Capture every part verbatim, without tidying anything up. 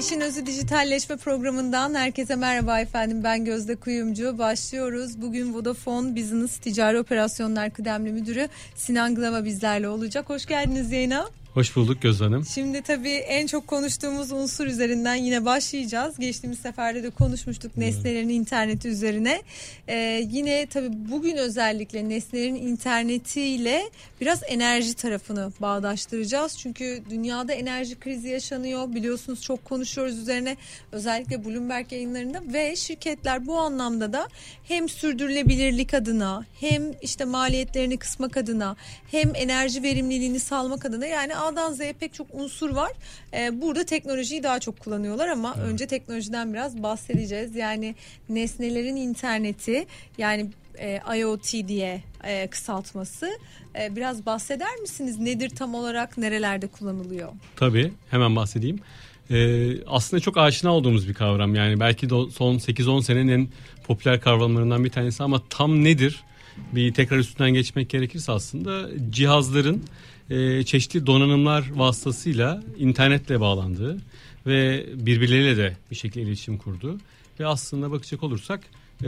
İşin Özü Dijitalleşme programından herkese merhaba efendim. Ben Gözde Kuyumcu. Başlıyoruz. Bugün Vodafone Business Ticari Operasyonlar Kıdemli Müdürü Sinan Glava bizlerle olacak. Hoş geldiniz yayına. Hoş bulduk Gözde Hanım. Şimdi tabii en çok konuştuğumuz unsur üzerinden yine başlayacağız. Geçtiğimiz seferde de konuşmuştuk evet. Nesnelerin interneti üzerine. Ee, yine tabii bugün özellikle nesnelerin internetiyle biraz enerji tarafını bağdaştıracağız. Çünkü dünyada enerji krizi yaşanıyor. Biliyorsunuz çok konuşuyoruz üzerine. Özellikle Bloomberg yayınlarında ve şirketler bu anlamda da hem sürdürülebilirlik adına hem işte maliyetlerini kısmak adına hem enerji verimliliğini sağlamak adına yani A'dan Z'ye pek çok unsur var. Ee, burada teknolojiyi daha çok kullanıyorlar ama evet. Önce teknolojiden biraz bahsedeceğiz. Yani nesnelerin interneti yani e, IoT diye e, kısaltması. E, biraz bahseder misiniz? Nedir tam olarak? Nerelerde kullanılıyor? Tabii hemen bahsedeyim. Ee, aslında çok aşina olduğumuz bir kavram. Yani belki de son sekiz on senenin en popüler kavramlarından bir tanesi ama tam nedir? Bir tekrar üstünden geçmek gerekirse aslında cihazların e, çeşitli donanımlar vasıtasıyla internetle bağlandığı ve birbirleriyle de bir şekilde iletişim kurduğu ve aslında bakacak olursak e,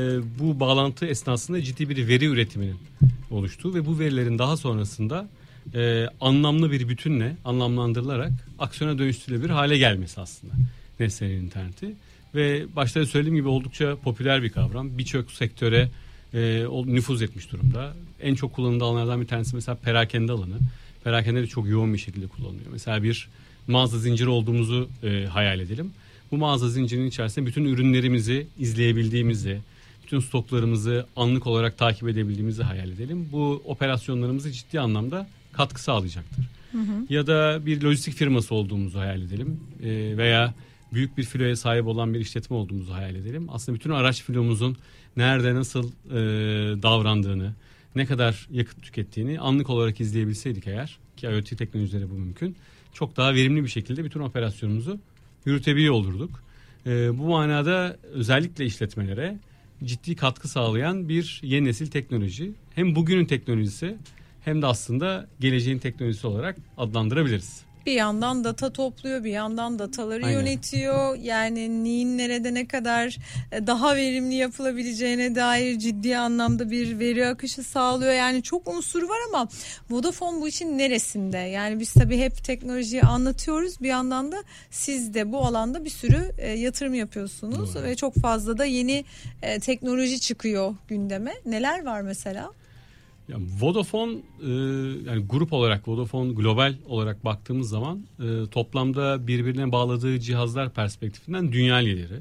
bu bağlantı esnasında ciddi bir veri üretiminin oluştuğu ve bu verilerin daha sonrasında e, anlamlı bir bütünle anlamlandırılarak aksiyona dönüştürülebilir hale gelmesi aslında nesnelerin interneti. Ve başta da söylediğim gibi oldukça popüler bir kavram. Birçok sektöre e, nüfuz etmiş durumda. En çok kullanılan alanlardan bir tanesi mesela perakende alanı. Perakende de çok yoğun bir şekilde kullanılıyor. Mesela bir mağaza zinciri olduğumuzu e, hayal edelim. Bu mağaza zincirinin içerisinde bütün ürünlerimizi izleyebildiğimizi, bütün stoklarımızı anlık olarak takip edebildiğimizi hayal edelim. Bu operasyonlarımızı ciddi anlamda katkı sağlayacaktır. Hı hı. Ya da bir lojistik firması olduğumuzu hayal edelim e, veya büyük bir filoya sahip olan bir işletme olduğumuzu hayal edelim. Aslında bütün araç filomuzun nerede nasıl e, davrandığını, ne kadar yakıt tükettiğini anlık olarak izleyebilseydik eğer, ki IoT teknolojileri bu mümkün, çok daha verimli bir şekilde bütün operasyonumuzu yürütebiliyor olurduk. E, bu manada özellikle işletmelere ciddi katkı sağlayan bir yeni nesil teknoloji. Hem bugünün teknolojisi hem de aslında geleceğin teknolojisi olarak adlandırabiliriz. Bir yandan data topluyor, bir yandan dataları Aynen. yönetiyor. Yani neyin nerede ne kadar daha verimli yapılabileceğine dair ciddi anlamda bir veri akışı sağlıyor. Yani çok unsur var ama Vodafone bu işin neresinde? Yani biz tabii hep teknolojiyi anlatıyoruz. Bir yandan da siz de bu alanda bir sürü yatırım yapıyorsunuz. Doğru. Ve çok fazla da yeni teknoloji çıkıyor gündeme. Neler var mesela? Yani Vodafone e, yani grup olarak Vodafone global olarak baktığımız zaman e, toplamda birbirine bağladığı cihazlar perspektifinden dünya lideri.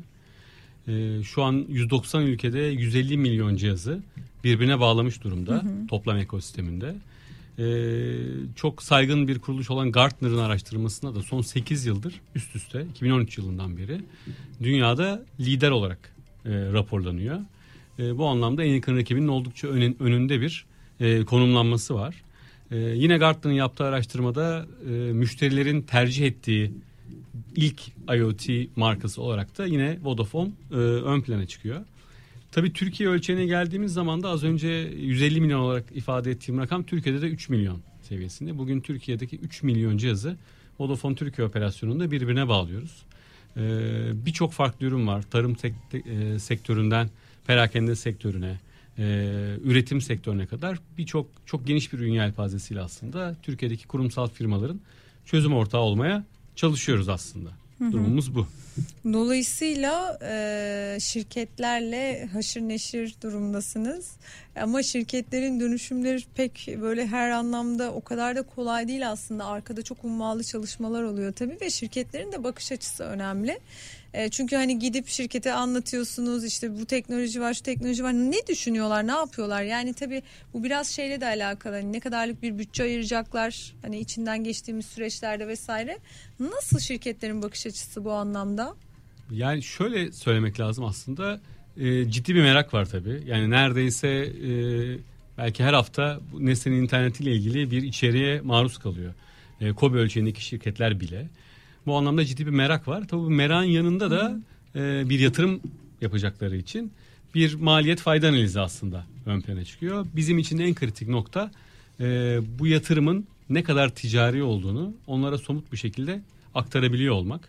E, şu an yüz doksan ülkede yüz elli milyon cihazı birbirine bağlamış durumda hı hı. toplam ekosisteminde. E, çok saygın bir kuruluş olan Gartner'ın araştırmasında da son sekiz yıldır üst üste iki bin on üç yılından beri dünyada lider olarak e, raporlanıyor. E, bu anlamda en yakın rakibinin oldukça ön, önünde bir E, konumlanması var. E, yine Gartner'ın yaptığı araştırmada e, müşterilerin tercih ettiği ilk IoT markası olarak da yine Vodafone e, ön plana çıkıyor. Tabii Türkiye ölçeğine geldiğimiz zaman da az önce yüz elli milyon olarak ifade ettiğim rakam Türkiye'de de üç milyon seviyesinde. Bugün Türkiye'deki üç milyon cihazı Vodafone Türkiye operasyonunda birbirine bağlıyoruz. E, Birçok farklı ürün var. Tarım sekt- e, sektöründen perakende sektörüne, Ee, üretim sektörüne kadar birçok çok geniş bir ürün yelpazesiyle aslında Türkiye'deki kurumsal firmaların çözüm ortağı olmaya çalışıyoruz aslında. Hı hı. Durumumuz bu. Dolayısıyla e, şirketlerle haşır neşir durumdasınız. Ama şirketlerin dönüşümleri pek böyle her anlamda o kadar da kolay değil aslında. Arkada çok ummalı çalışmalar oluyor tabii ve şirketlerin de bakış açısı önemli. E, çünkü hani gidip şirkete anlatıyorsunuz işte bu teknoloji var, şu teknoloji var. Ne düşünüyorlar, ne yapıyorlar? Yani tabii bu biraz şeyle de alakalı. Hani ne kadarlık bir bütçe ayıracaklar? Hani içinden geçtiğimiz süreçlerde vesaire. Nasıl şirketlerin bakış açısı bu anlamda? Yani şöyle söylemek lazım aslında. E, ciddi bir merak var tabii. Yani neredeyse e, belki her hafta bu nesnenin internetiyle ilgili bir içeriğe maruz kalıyor. E, KOBİ ölçeğindeki şirketler bile. Bu anlamda ciddi bir merak var. Tabii bu merakın yanında da e, bir yatırım yapacakları için bir maliyet fayda analizi aslında ön plana çıkıyor. Bizim için en kritik nokta e, bu yatırımın ne kadar ticari olduğunu onlara somut bir şekilde aktarabiliyor olmak.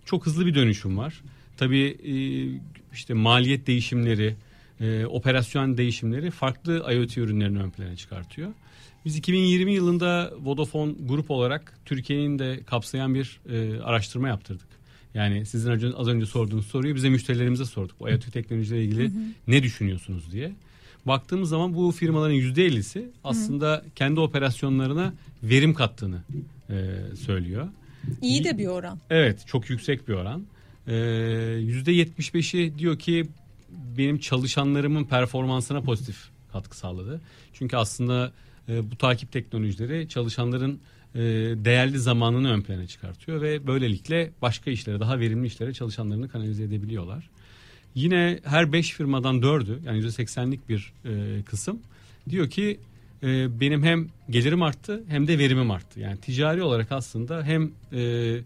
çok hızlı bir dönüşüm var. Tabii e, işte maliyet değişimleri, e, operasyon değişimleri farklı IoT ürünlerini ön plana çıkartıyor. Biz iki bin yirmi yılında Vodafone Grup olarak Türkiye'nin de kapsayan bir e, araştırma yaptırdık. Yani sizin önce, az önce sorduğunuz soruyu bize müşterilerimize sorduk. Bu IoT teknolojileriyle ilgili hı hı. ne düşünüyorsunuz diye. Baktığımız zaman bu firmaların yüzde ellisi aslında hı. kendi operasyonlarına verim kattığını e, söylüyor. İyi de bir oran. Evet, çok yüksek bir oran. E, yüzde yetmiş beşi diyor ki benim çalışanlarımın performansına pozitif katkı sağladı. Çünkü aslında e, bu takip teknolojileri çalışanların e, değerli zamanını ön plana çıkartıyor ve böylelikle başka işlere, daha verimli işlere çalışanlarını kanalize edebiliyorlar. Yine her beş firmadan dördü, yani yüzde seksenlik bir e, kısım diyor ki e, benim hem gelirim arttı hem de verimim arttı. Yani ticari olarak aslında hem e,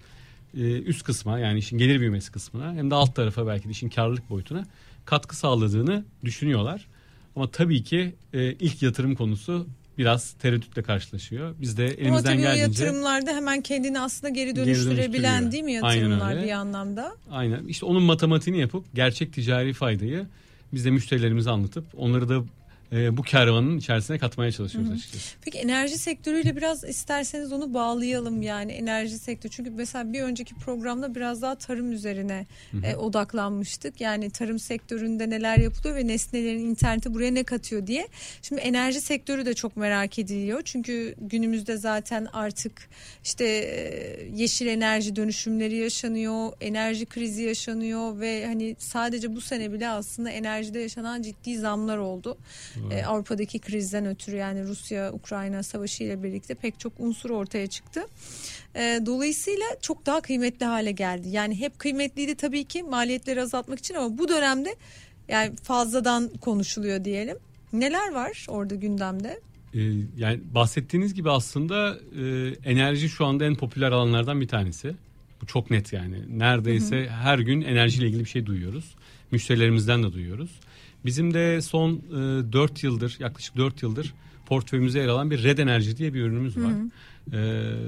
e, üst kısma, yani işin gelir büyümesi kısmına, hem de alt tarafa belki de işin karlılık boyutuna katkı sağladığını düşünüyorlar. Ama tabii ki e, ilk yatırım konusu biraz tereddütle karşılaşıyor. Biz de elimizden Ama tabii geldiğince... o yatırımlarda hemen kendini aslında geri dönüştürebilen geri değil mi yatırımlar bir anlamda? Aynen. İşte onun matematiğini yapıp gerçek ticari faydayı biz de müşterilerimize anlatıp onları da e, bu kervanın içerisine katmaya çalışıyoruz açıkçası. Peki enerji sektörüyle biraz isterseniz onu bağlayalım, yani enerji sektörü. Çünkü mesela bir önceki programda biraz daha tarım üzerine e, odaklanmıştık. Yani tarım sektöründe neler yapılıyor ve nesnelerin interneti buraya ne katıyor diye. Şimdi enerji sektörü de çok merak ediliyor. Çünkü günümüzde zaten artık işte e, yeşil enerji dönüşümleri yaşanıyor, enerji krizi yaşanıyor ve hani sadece bu sene bile aslında enerjide yaşanan ciddi zamlar oldu. Ee, Avrupa'daki krizden ötürü, yani Rusya-Ukrayna savaşı ile birlikte pek çok unsur ortaya çıktı. Ee, dolayısıyla çok daha kıymetli hale geldi. Yani hep kıymetliydi tabii ki maliyetleri azaltmak için, ama bu dönemde yani fazladan konuşuluyor diyelim. Neler var orada gündemde? Ee, yani bahsettiğiniz gibi aslında e, enerji şu anda en popüler alanlardan bir tanesi. Bu çok net yani. Neredeyse hı hı. her gün enerjiyle ilgili bir şey duyuyoruz. Müşterilerimizden de duyuyoruz. Bizim de son e, dört yıldır, yaklaşık dört yıldır portföyümüze yer alan bir Red Enerji diye bir ürünümüz var. E,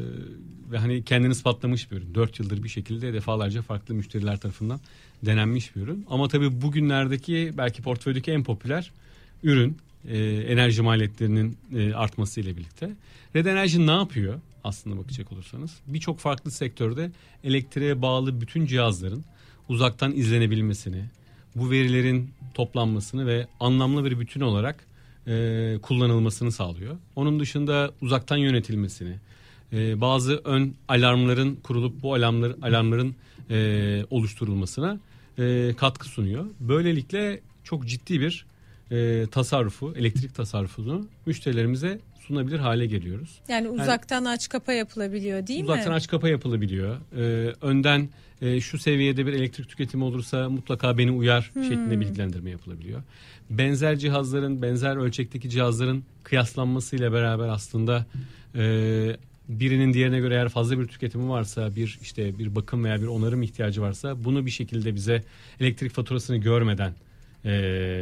ve hani kendini ispatlamış bir ürün. dört yıldır bir şekilde defalarca farklı müşteriler tarafından denenmiş bir ürün. Ama tabii bugünlerdeki belki portföydeki en popüler ürün e, enerji maliyetlerinin e, artmasıyla birlikte. Red Enerji ne yapıyor aslında bakacak olursanız? Birçok farklı sektörde elektriğe bağlı bütün cihazların uzaktan izlenebilmesini, bu verilerin toplanmasını ve anlamlı bir bütün olarak e, kullanılmasını sağlıyor. Onun dışında uzaktan yönetilmesini, e, bazı ön alarmların kurulup bu alarmlar, alarmların e, oluşturulmasına e, katkı sunuyor. Böylelikle çok ciddi bir e, tasarrufu, elektrik tasarrufunu müşterilerimize sunabilir hale geliyoruz. Yani uzaktan yani, aç kapa yapılabiliyor değil uzaktan mi? Uzaktan aç kapa yapılabiliyor. Ee, önden e, şu seviyede bir elektrik tüketimi olursa mutlaka beni uyar hmm. şeklinde bilgilendirme yapılabiliyor. Benzer cihazların, benzer ölçekteki cihazların kıyaslanmasıyla beraber aslında e, birinin diğerine göre eğer fazla bir tüketimi varsa, bir işte bir bakım veya bir onarım ihtiyacı varsa bunu bir şekilde bize elektrik faturasını görmeden e,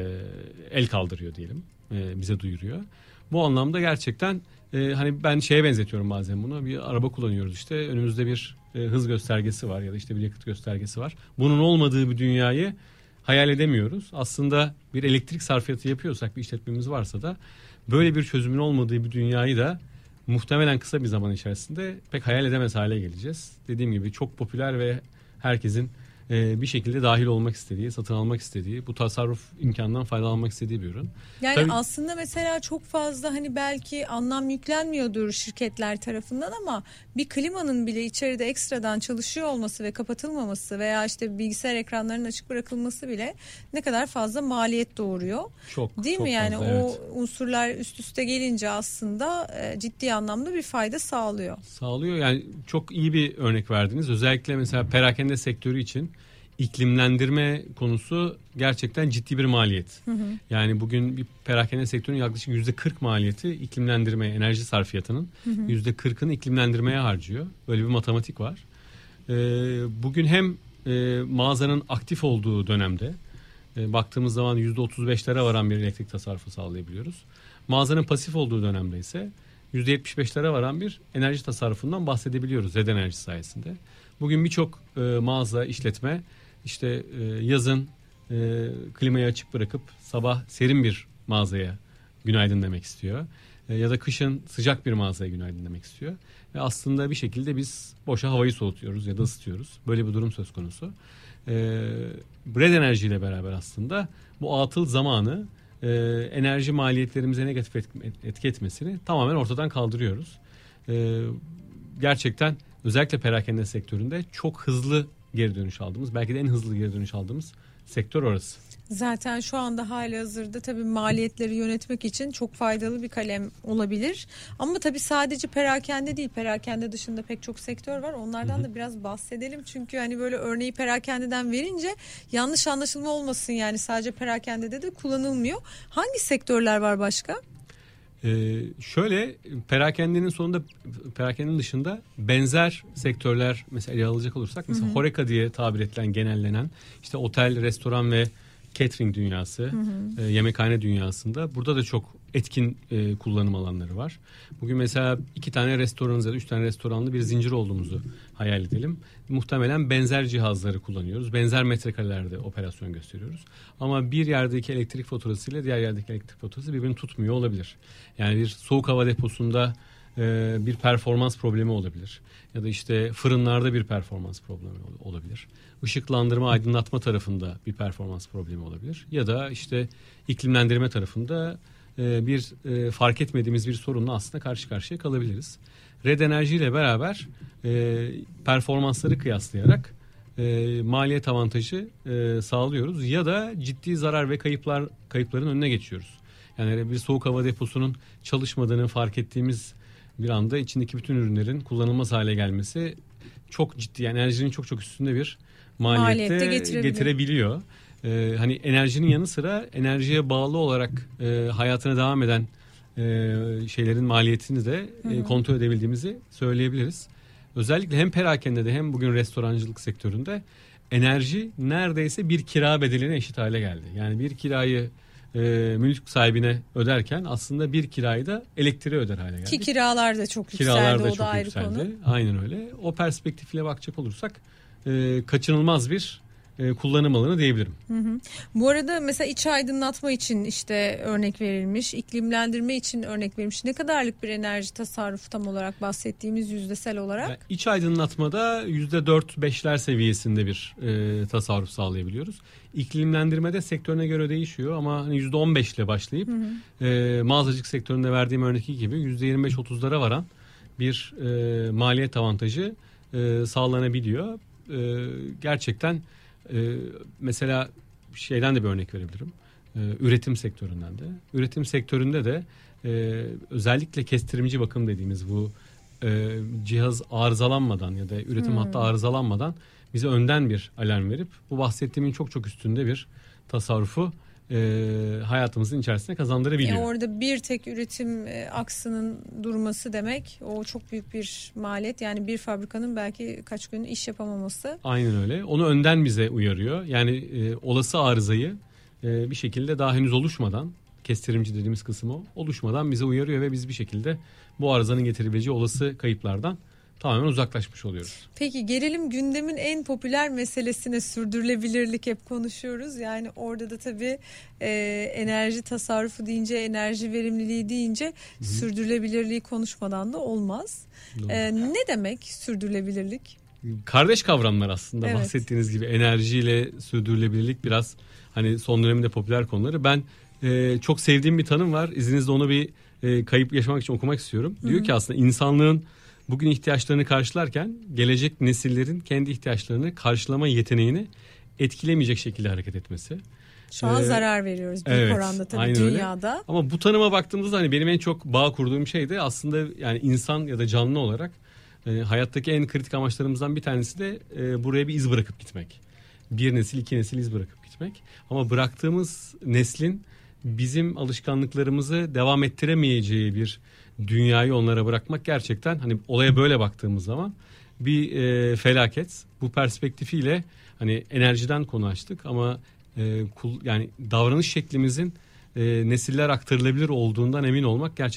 el kaldırıyor diyelim, e, bize duyuruyor. Bu anlamda gerçekten e, hani ben şeye benzetiyorum bazen bunu. Bir araba kullanıyoruz işte. Önümüzde bir e, hız göstergesi var ya da işte bir yakıt göstergesi var. Bunun olmadığı bir dünyayı hayal edemiyoruz. Aslında bir elektrik sarfiyatı yapıyorsak, bir işletmemiz varsa da böyle bir çözümün olmadığı bir dünyayı da muhtemelen kısa bir zaman içerisinde pek hayal edemez hale geleceğiz. Dediğim gibi çok popüler ve herkesin e, bir şekilde dahil olmak istediği, satın almak istediği, bu tasarruf imkanından faydalanmak istediği bir ürün. Yani Tabii, aslında mesela çok fazla hani belki anlam yüklenmiyordur şirketler tarafından, ama bir klimanın bile içeride ekstradan çalışıyor olması ve kapatılmaması veya işte bilgisayar ekranlarının açık bırakılması bile ne kadar fazla maliyet doğuruyor. Çok, değil çok mi? Yani fazla, o evet. unsurlar üst üste gelince aslında e, ciddi anlamda bir fayda sağlıyor. Sağlıyor. Yani çok iyi bir örnek verdiniz. Özellikle mesela perakende sektörü için iklimlendirme konusu gerçekten ciddi bir maliyet. Hı hı. Yani bugün bir perakende sektörünün yaklaşık yüzde kırk maliyeti iklimlendirmeye, enerji sarfiyatının yüzde kırkını iklimlendirmeye harcıyor. Böyle bir matematik var. Ee, bugün hem e, mağazanın aktif olduğu dönemde e, baktığımız zaman yüzde otuz beşlere varan bir elektrik tasarrufu sağlayabiliyoruz. Mağazanın pasif olduğu dönemde ise yüzde yetmiş beşlere varan bir enerji tasarrufundan bahsedebiliyoruz red enerji sayesinde. Bugün birçok e, mağaza, işletme işte e, yazın e, klimayı açık bırakıp sabah serin bir mağazaya günaydın demek istiyor. E, ya da kışın sıcak bir mağazaya günaydın demek istiyor. Ve aslında bir şekilde biz boşa havayı soğutuyoruz ya da ısıtıyoruz. Böyle bir durum söz konusu. E, red enerjiyle beraber aslında bu atıl zamanı e, enerji maliyetlerimize negatif etki etmesini tamamen ortadan kaldırıyoruz. E, gerçekten özellikle perakende sektöründe çok hızlı geri dönüş aldığımız, belki de en hızlı geri dönüş aldığımız sektör orası. Zaten şu anda halihazırda tabii maliyetleri yönetmek için çok faydalı bir kalem olabilir. Ama tabii sadece perakende değil, perakende dışında pek çok sektör var. Onlardan da biraz bahsedelim. Çünkü hani böyle örneği perakendeden verince yanlış anlaşılma olmasın, yani sadece perakendede de kullanılmıyor. Hangi sektörler var başka? Ee, şöyle perakendenin sonunda, perakendenin dışında benzer sektörler mesela ele alacak olursak, mesela hı hı. HoReCa diye tabir edilen, genellenen işte otel, restoran ve catering dünyası, hı hı. E, yemekhane dünyasında burada da çok etkin e, kullanım alanları var. Bugün mesela iki tane restoranımız ya da üç tane restoranlı bir zincir olduğumuzu hayal edelim. Muhtemelen benzer cihazları kullanıyoruz. Benzer metrekarelerde operasyon gösteriyoruz. Ama bir yerdeki elektrik faturası ile diğer yerdeki elektrik faturası birbirini tutmuyor olabilir. Yani bir soğuk hava deposunda e, bir performans problemi olabilir. Ya da işte fırınlarda bir performans problemi olabilir. Işıklandırma, aydınlatma tarafında bir performans problemi olabilir. Ya da işte iklimlendirme tarafında e, bir e, fark etmediğimiz bir sorunla aslında karşı karşıya kalabiliriz. Red enerji ile beraber e, performansları kıyaslayarak e, maliyet avantajı e, sağlıyoruz. Ya da ciddi zarar ve kayıplar kayıpların önüne geçiyoruz. Yani bir soğuk hava deposunun çalışmadığını fark ettiğimiz bir anda içindeki bütün ürünlerin kullanılmaz hale gelmesi çok ciddi, yani enerjinin çok çok üstünde bir maliyette getirebiliyor. Ee, hani enerjinin yanı sıra enerjiye bağlı olarak e, hayatına devam eden e, şeylerin maliyetini de e, kontrol edebildiğimizi söyleyebiliriz. Özellikle hem perakendede hem bugün restorancılık sektöründe enerji neredeyse bir kira bedeline eşit hale geldi. Yani bir kirayı e, mülk sahibine öderken aslında bir kirayı da elektriğe öder hale geldi. Ki kiralar da çok yükseldi. Kiralar da o çok da ayrı yükseldi. konu. Aynen öyle. O perspektifle bakacak olursak e, kaçınılmaz bir e, kullanım alanı diyebilirim. Hı hı. Bu arada mesela iç aydınlatma için işte örnek verilmiş, iklimlendirme için örnek verilmiş. Ne kadarlık bir enerji tasarrufu tam olarak bahsettiğimiz yüzdesel olarak? Yani iç aydınlatmada yüzde dört beşler seviyesinde bir e, tasarruf sağlayabiliyoruz. İklimlendirmede sektörüne göre değişiyor ama hani yüzde on beş ile başlayıp hı hı. E, mağazacılık sektöründe verdiğim örnekteki gibi yüzde yirmi beş otuzlara varan bir e, maliyet avantajı e, sağlanabiliyor. E, gerçekten e, mesela şeyden de bir örnek verebilirim. E, üretim sektöründen de. Üretim sektöründe de e, özellikle kestirimci bakım dediğimiz bu e, cihaz arızalanmadan ya da üretim hmm. hattı arızalanmadan bize önden bir alarm verip bu bahsettiğimin çok çok üstünde bir tasarrufu e, hayatımızın içerisine kazandırabiliyor. Yani orada bir tek üretim e, aksının durması demek, o çok büyük bir maliyet. Yani bir fabrikanın belki kaç gün iş yapamaması. Aynen öyle. Onu önden bize uyarıyor. Yani e, olası arızayı e, bir şekilde daha henüz oluşmadan, kestirimci dediğimiz kısmı o, oluşmadan bize uyarıyor ve biz bir şekilde bu arızanın getirebileceği olası kayıplardan tamamen uzaklaşmış oluyoruz. Peki gelelim gündemin en popüler meselesine, sürdürülebilirlik. Hep konuşuyoruz. Yani orada da tabii e, enerji tasarrufu deyince, enerji verimliliği deyince Hı-hı. sürdürülebilirliği konuşmadan da olmaz. E, ne demek sürdürülebilirlik? Kardeş kavramlar aslında, evet. Bahsettiğiniz gibi enerjiyle sürdürülebilirlik biraz hani son dönemde popüler konuları. Ben e, çok sevdiğim bir tanım var. İzninizle onu bir e, kayıp yaşamak için okumak istiyorum. Hı-hı. Diyor ki aslında insanlığın bugün ihtiyaçlarını karşılarken gelecek nesillerin kendi ihtiyaçlarını karşılama yeteneğini etkilemeyecek şekilde hareket etmesi. Şu an ee, zarar veriyoruz büyük evet, oranda tabii dünyada. Öyle. Ama bu tanıma baktığımızda hani benim en çok bağ kurduğum şey de aslında yani insan ya da canlı olarak e, hayattaki en kritik amaçlarımızdan bir tanesi de e, buraya bir iz bırakıp gitmek. Bir nesil, iki nesil iz bırakıp gitmek. Ama bıraktığımız neslin bizim alışkanlıklarımızı devam ettiremeyeceği bir dünyayı onlara bırakmak gerçekten hani olaya böyle baktığımız zaman bir e, felaket. Bu perspektifiyle hani enerjiden konu açtık ama e, kul, yani davranış şeklimizin e, nesiller aktarılabilir olduğundan emin olmak gerçekten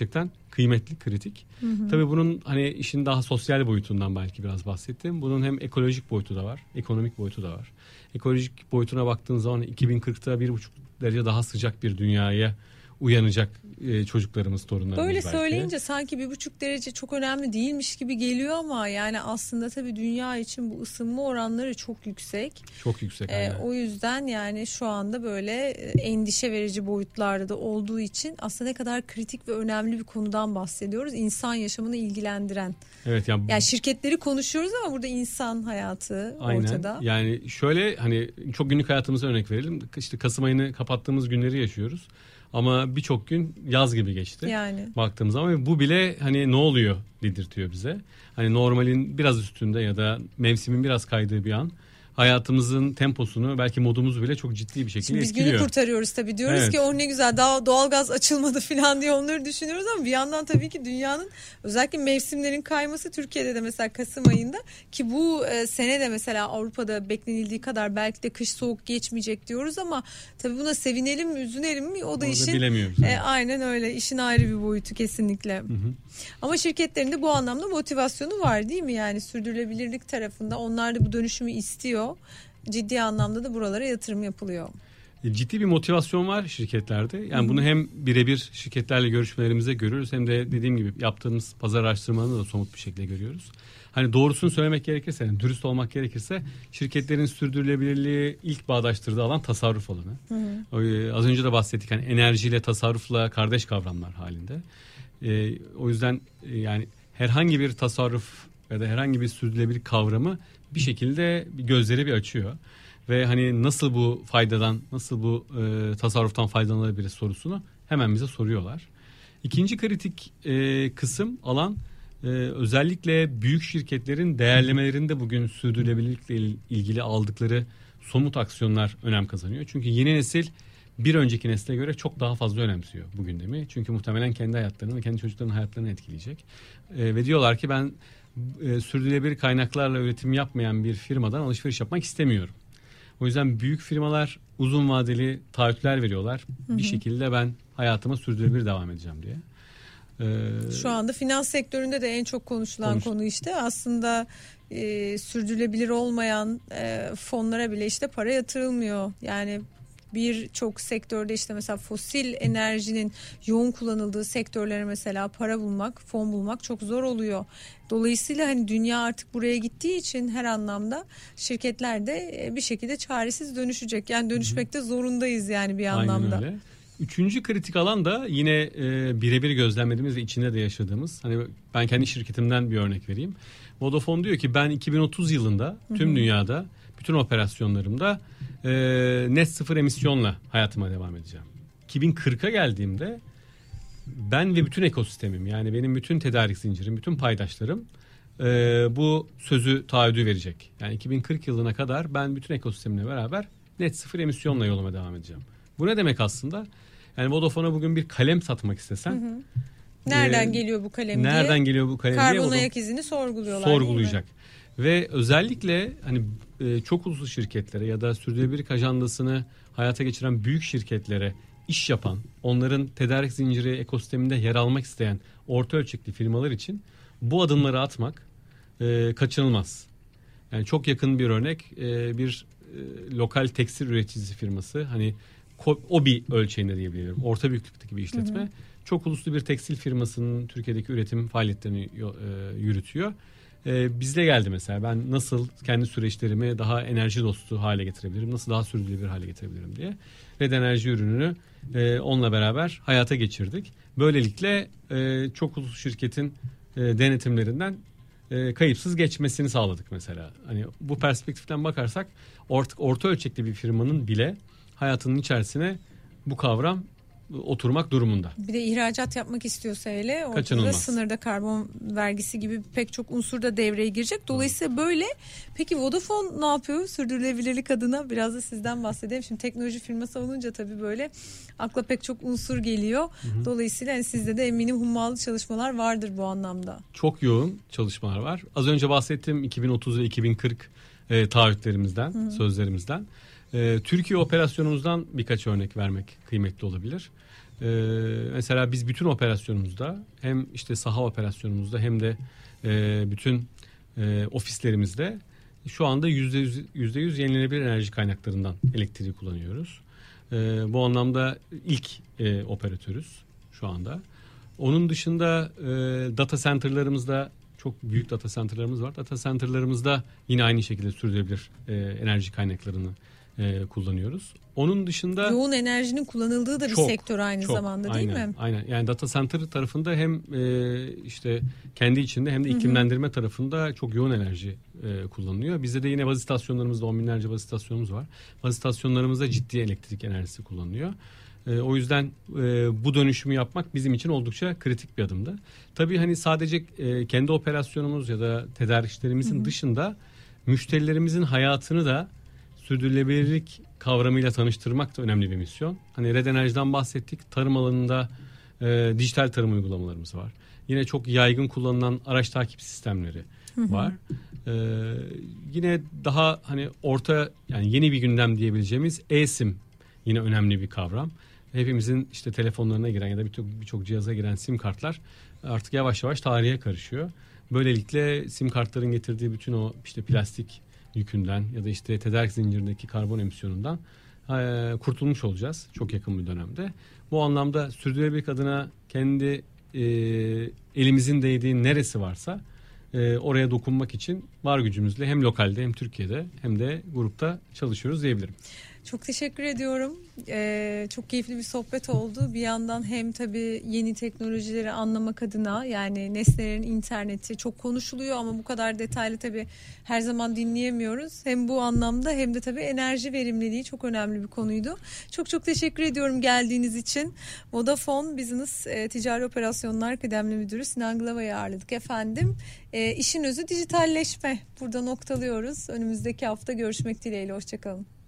kıymetli, kritik. Hı hı. Tabii bunun hani işin daha sosyal boyutundan belki biraz bahsettim. Bunun hem ekolojik boyutu da var, ekonomik boyutu da var. Ekolojik boyutuna baktığın zaman iki bin kırkta bir buçuk derece daha sıcak bir dünyaya uyanacak e, çocuklarımız, torunlarımız Böyle belki. Böyle söyleyince sanki bir buçuk derece çok önemli değilmiş gibi geliyor ama yani aslında tabii dünya için bu ısınma oranları çok yüksek. Çok yüksek. Ee, o yüzden yani şu anda böyle endişe verici boyutlarda da olduğu için aslında ne kadar kritik ve önemli bir konudan bahsediyoruz. İnsan yaşamını ilgilendiren. Evet yani, yani şirketleri konuşuyoruz ama burada insan hayatı aynen. ortada. Yani şöyle hani çok günlük hayatımıza örnek verelim. İşte Kasım ayını kapattığımız günleri yaşıyoruz. Ama birçok gün yaz gibi geçti. Yani. Baktığımız zaman bu bile hani ne oluyor dedirtiyor bize. Hani normalin biraz üstünde ya da mevsimin biraz kaydığı bir an hayatımızın temposunu, belki modumuzu bile çok ciddi bir şekilde Şimdi biz etkiliyor. günü kurtarıyoruz tabii. Diyoruz evet. ki oh ne güzel, daha doğalgaz açılmadı falan diye onları düşünüyoruz ama bir yandan tabii ki dünyanın özellikle mevsimlerin kayması, Türkiye'de de mesela Kasım ayında, ki bu e, sene de mesela Avrupa'da beklenildiği kadar belki de kış soğuk geçmeyecek diyoruz ama tabii buna sevinelim mi, üzülelim mi, o da Onu işin bilemiyoruz. E, aynen öyle, işin ayrı bir boyutu kesinlikle. Hı hı. Ama şirketlerin de bu anlamda motivasyonu var değil mi? Yani sürdürülebilirlik tarafında onlar da bu dönüşümü istiyor. Ciddi anlamda da buralara yatırım yapılıyor. Ciddi bir motivasyon var şirketlerde. Yani Hı-hı. bunu hem birebir şirketlerle görüşmelerimizde görüyoruz, hem de dediğim gibi yaptığımız pazar araştırmalarını da somut bir şekilde görüyoruz. Hani doğrusunu söylemek gerekirse, yani dürüst olmak gerekirse, şirketlerin sürdürülebilirliği ilk bağdaştırdığı alan tasarruf alanı. Hı-hı. Az önce de bahsettik, hani enerjiyle tasarrufla kardeş kavramlar halinde. Ee, o yüzden yani herhangi bir tasarruf ya da herhangi bir sürdürülebilirlik kavramı bir şekilde gözleri bir açıyor. Ve hani nasıl bu faydadan, nasıl bu e, tasarruftan faydalanabiliriz sorusunu hemen bize soruyorlar. İkinci kritik e, kısım, alan, e, özellikle büyük şirketlerin değerlemelerinde bugün sürdürülebilirlikle ilgili aldıkları somut aksiyonlar önem kazanıyor. Çünkü yeni nesil bir önceki nesle göre çok daha fazla önemsiyor bu gündemi. Çünkü muhtemelen kendi hayatlarını ve kendi çocuklarının hayatlarını etkileyecek. E, ve diyorlar ki ben e, sürdürülebilir kaynaklarla üretim yapmayan bir firmadan alışveriş yapmak istemiyorum. O yüzden büyük firmalar uzun vadeli taahhütler veriyorlar. Hı hı. Bir şekilde ben hayatıma sürdürülebilir devam edeceğim diye. Ee, Şu anda finans sektöründe de en çok konuşulan konuş- konu işte aslında e, sürdürülebilir olmayan e, fonlara bile işte para yatırılmıyor. Yani birçok sektörde işte mesela fosil enerjinin yoğun kullanıldığı sektörlere mesela para bulmak, fon bulmak çok zor oluyor. Dolayısıyla hani dünya artık buraya gittiği için her anlamda şirketler de bir şekilde çaresiz dönüşecek. Yani dönüşmekte zorundayız yani bir anlamda. Aynen öyle. Üçüncü kritik alan da yine e, birebir gözlemlediğimiz ve içinde de yaşadığımız. Hani ben kendi şirketimden bir örnek vereyim. Vodafone diyor ki ben iki bin otuz yılında tüm Hı-hı. dünyada bütün operasyonlarımda e, net sıfır emisyonla hayatıma devam edeceğim. iki bin kırka geldiğimde ben ve bütün ekosistemim, yani benim bütün tedarik zincirim, bütün paydaşlarım e, bu sözü, taahhüdü verecek. Yani iki bin kırk yılına kadar ben bütün ekosistemle beraber net sıfır emisyonla yoluma devam edeceğim. Bu ne demek aslında? Yani Vodafone'a bugün bir kalem satmak istesen, hı hı. nereden e, geliyor bu kalem nereden diye? Nereden geliyor bu kalem diye? Karbon ayak izini sorguluyorlar. Sorgulayacak. Ve özellikle hani e, çok uluslu şirketlere ya da sürdürülebilirlik ajandasını hayata geçiren büyük şirketlere iş yapan, onların tedarik zinciri ekosisteminde yer almak isteyen orta ölçekli firmalar için bu adımları atmak e, kaçınılmaz. Yani çok yakın bir örnek, e, bir e, lokal tekstil üreticisi firması, hani OBİ ölçeğinde diyebilirim, orta büyüklükteki bir işletme. Hı hı. Çok uluslu bir tekstil firmasının Türkiye'deki üretim faaliyetlerini e, yürütüyor. E, bizde geldi mesela, ben nasıl kendi süreçlerimi daha enerji dostu hale getirebilirim, nasıl daha sürdürülebilir hale getirebilirim diye. Red Enerji ürününü e, onunla beraber hayata geçirdik. Böylelikle e, çok uluslu şirketin e, denetimlerinden e, kayıpsız geçmesini sağladık mesela. Hani bu perspektiften bakarsak orta, orta ölçekli bir firmanın bile hayatının içerisine bu kavram oturmak durumunda. Bir de ihracat yapmak istiyorsa hele ortada sınırda karbon vergisi gibi pek çok unsur da devreye girecek. Dolayısıyla böyle. Peki Vodafone ne yapıyor sürdürülebilirlik adına? Biraz da sizden bahsedelim. Şimdi teknoloji firması olunca tabii böyle akla pek çok unsur geliyor. Hı hı. Dolayısıyla yani sizde de eminim hummalı çalışmalar vardır bu anlamda. Çok yoğun çalışmalar var. Az önce bahsettiğim iki bin otuz ve iki bin kırk e, taahhütlerimizden, hı hı. sözlerimizden. Ee, Türkiye operasyonumuzdan birkaç örnek vermek kıymetli olabilir. Ee, mesela biz bütün operasyonumuzda hem işte saha operasyonumuzda hem de e, bütün e, ofislerimizde şu anda yüzde yüz, yüzde yüz yenilenebilir enerji kaynaklarından elektriği kullanıyoruz. Ee, bu anlamda ilk e, operatörüz şu anda. Onun dışında e, data center'larımızda çok büyük data center'larımız var. Data center'larımızda yine aynı şekilde sürdürülebilir e, enerji kaynaklarını e, kullanıyoruz. Onun dışında yoğun enerjinin kullanıldığı da bir çok, sektör aynı çok, zamanda değil aynen, mi? Aynen. Yani data center tarafında hem e, işte kendi içinde hem de iklimlendirme hı hı. tarafında çok yoğun enerji e, kullanılıyor. Bizde de yine baz istasyonlarımızda on binlerce baz istasyonumuz var. Baz istasyonlarımızda ciddi elektrik enerjisi kullanılıyor. E, o yüzden e, bu dönüşümü yapmak bizim için oldukça kritik bir adımdı. Tabii hani sadece e, kendi operasyonumuz ya da tedarikçilerimizin hı hı. dışında müşterilerimizin hayatını da sürdürülebilirlik kavramıyla tanıştırmak da önemli bir misyon. Hani Red Enerji'den bahsettik. Tarım alanında e, dijital tarım uygulamalarımız var. Yine çok yaygın kullanılan araç takip sistemleri hı hı. var. E, yine daha hani orta yani yeni bir gündem diyebileceğimiz eSIM yine önemli bir kavram. Hepimizin işte telefonlarına giren ya da birçok birçok cihaza giren sim kartlar artık yavaş yavaş tarihe karışıyor. Böylelikle sim kartların getirdiği bütün o işte plastik yükünden ya da işte tedarik zincirindeki karbon emisyonundan e, kurtulmuş olacağız çok yakın bir dönemde. Bu anlamda sürdürülebilirlik adına kendi e, elimizin değdiği neresi varsa e, oraya dokunmak için var gücümüzle hem lokalde hem Türkiye'de hem de grupta çalışıyoruz diyebilirim. Çok teşekkür ediyorum. Ee, çok keyifli bir sohbet oldu. Bir yandan hem tabii yeni teknolojileri anlamak adına yani nesnelerin interneti çok konuşuluyor ama bu kadar detaylı tabii her zaman dinleyemiyoruz. Hem bu anlamda hem de tabii enerji verimliliği çok önemli bir konuydu. Çok çok teşekkür ediyorum geldiğiniz için. Vodafone Business e, Ticari Operasyonlar Kıdemli Müdürü Sinan Glava'yı ağırladık efendim. E, işin özü dijitalleşme. Burada noktalıyoruz. Önümüzdeki hafta görüşmek dileğiyle. Hoşçakalın.